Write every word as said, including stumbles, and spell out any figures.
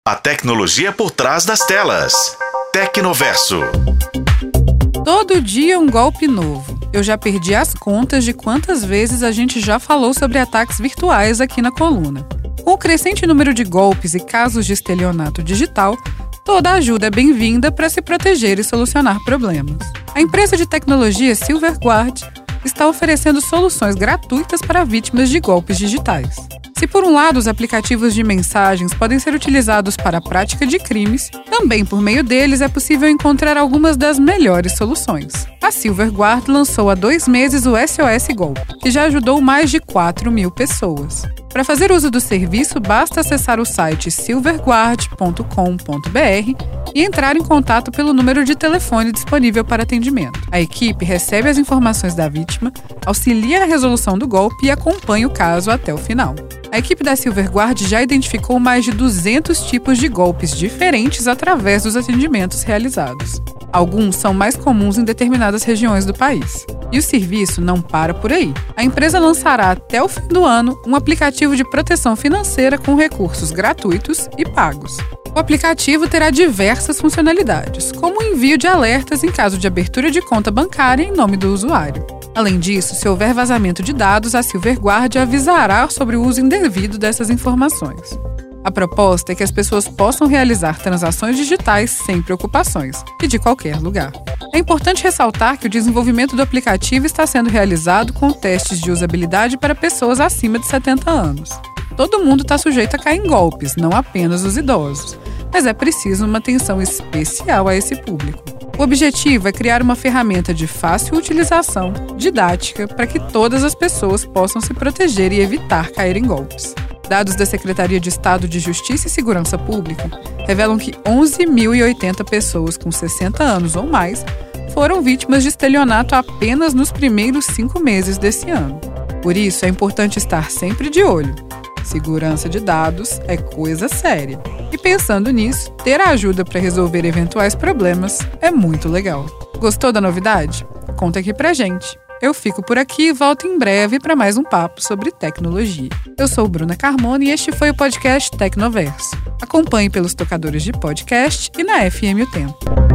A tecnologia por trás das telas. Tecnoverso. Todo dia um golpe novo. Eu já perdi as contas de quantas vezes a gente já falou sobre ataques virtuais aqui na coluna. Com o crescente número de golpes e casos de estelionato digital, toda ajuda é bem-vinda para se proteger e solucionar problemas. A empresa de tecnologia Silverguard está oferecendo soluções gratuitas para vítimas de golpes digitais. Se por um lado os aplicativos de mensagens podem ser utilizados para a prática de crimes, também por meio deles é possível encontrar algumas das melhores soluções. A Silverguard lançou há dois meses o S O S Golpe, que já ajudou mais de quatro mil pessoas. Para fazer uso do serviço, basta acessar o site silverguard ponto com ponto b r e entrar em contato pelo número de telefone disponível para atendimento. A equipe recebe as informações da vítima, auxilia na resolução do golpe e acompanha o caso até o final. A equipe da Silverguard já identificou mais de duzentos tipos de golpes diferentes através dos atendimentos realizados. Alguns são mais comuns em determinadas regiões do país. E o serviço não para por aí. A empresa lançará até o fim do ano um aplicativo de proteção financeira com recursos gratuitos e pagos. O aplicativo terá diversas funcionalidades, como o envio de alertas em caso de abertura de conta bancária em nome do usuário. Além disso, se houver vazamento de dados, a Silverguard avisará sobre o uso indevido dessas informações. A proposta é que as pessoas possam realizar transações digitais sem preocupações e de qualquer lugar. É importante ressaltar que o desenvolvimento do aplicativo está sendo realizado com testes de usabilidade para pessoas acima de setenta anos. Todo mundo está sujeito a cair em golpes, não apenas os idosos, mas é preciso uma atenção especial a esse público. O objetivo é criar uma ferramenta de fácil utilização, didática, para que todas as pessoas possam se proteger e evitar cair em golpes. Dados da Secretaria de Estado de Justiça e Segurança Pública revelam que onze mil e oitenta pessoas com sessenta anos ou mais foram vítimas de estelionato apenas nos primeiros cinco meses desse ano. Por isso, é importante estar sempre de olho. Segurança de dados é coisa séria. E pensando nisso, ter a ajuda para resolver eventuais problemas é muito legal. Gostou da novidade? Conta aqui pra gente. Eu fico por aqui e volto em breve para mais um papo sobre tecnologia. Eu sou Bruna Carmona e este foi o podcast Tecnoverso. Acompanhe pelos tocadores de podcast e na F M O Tempo.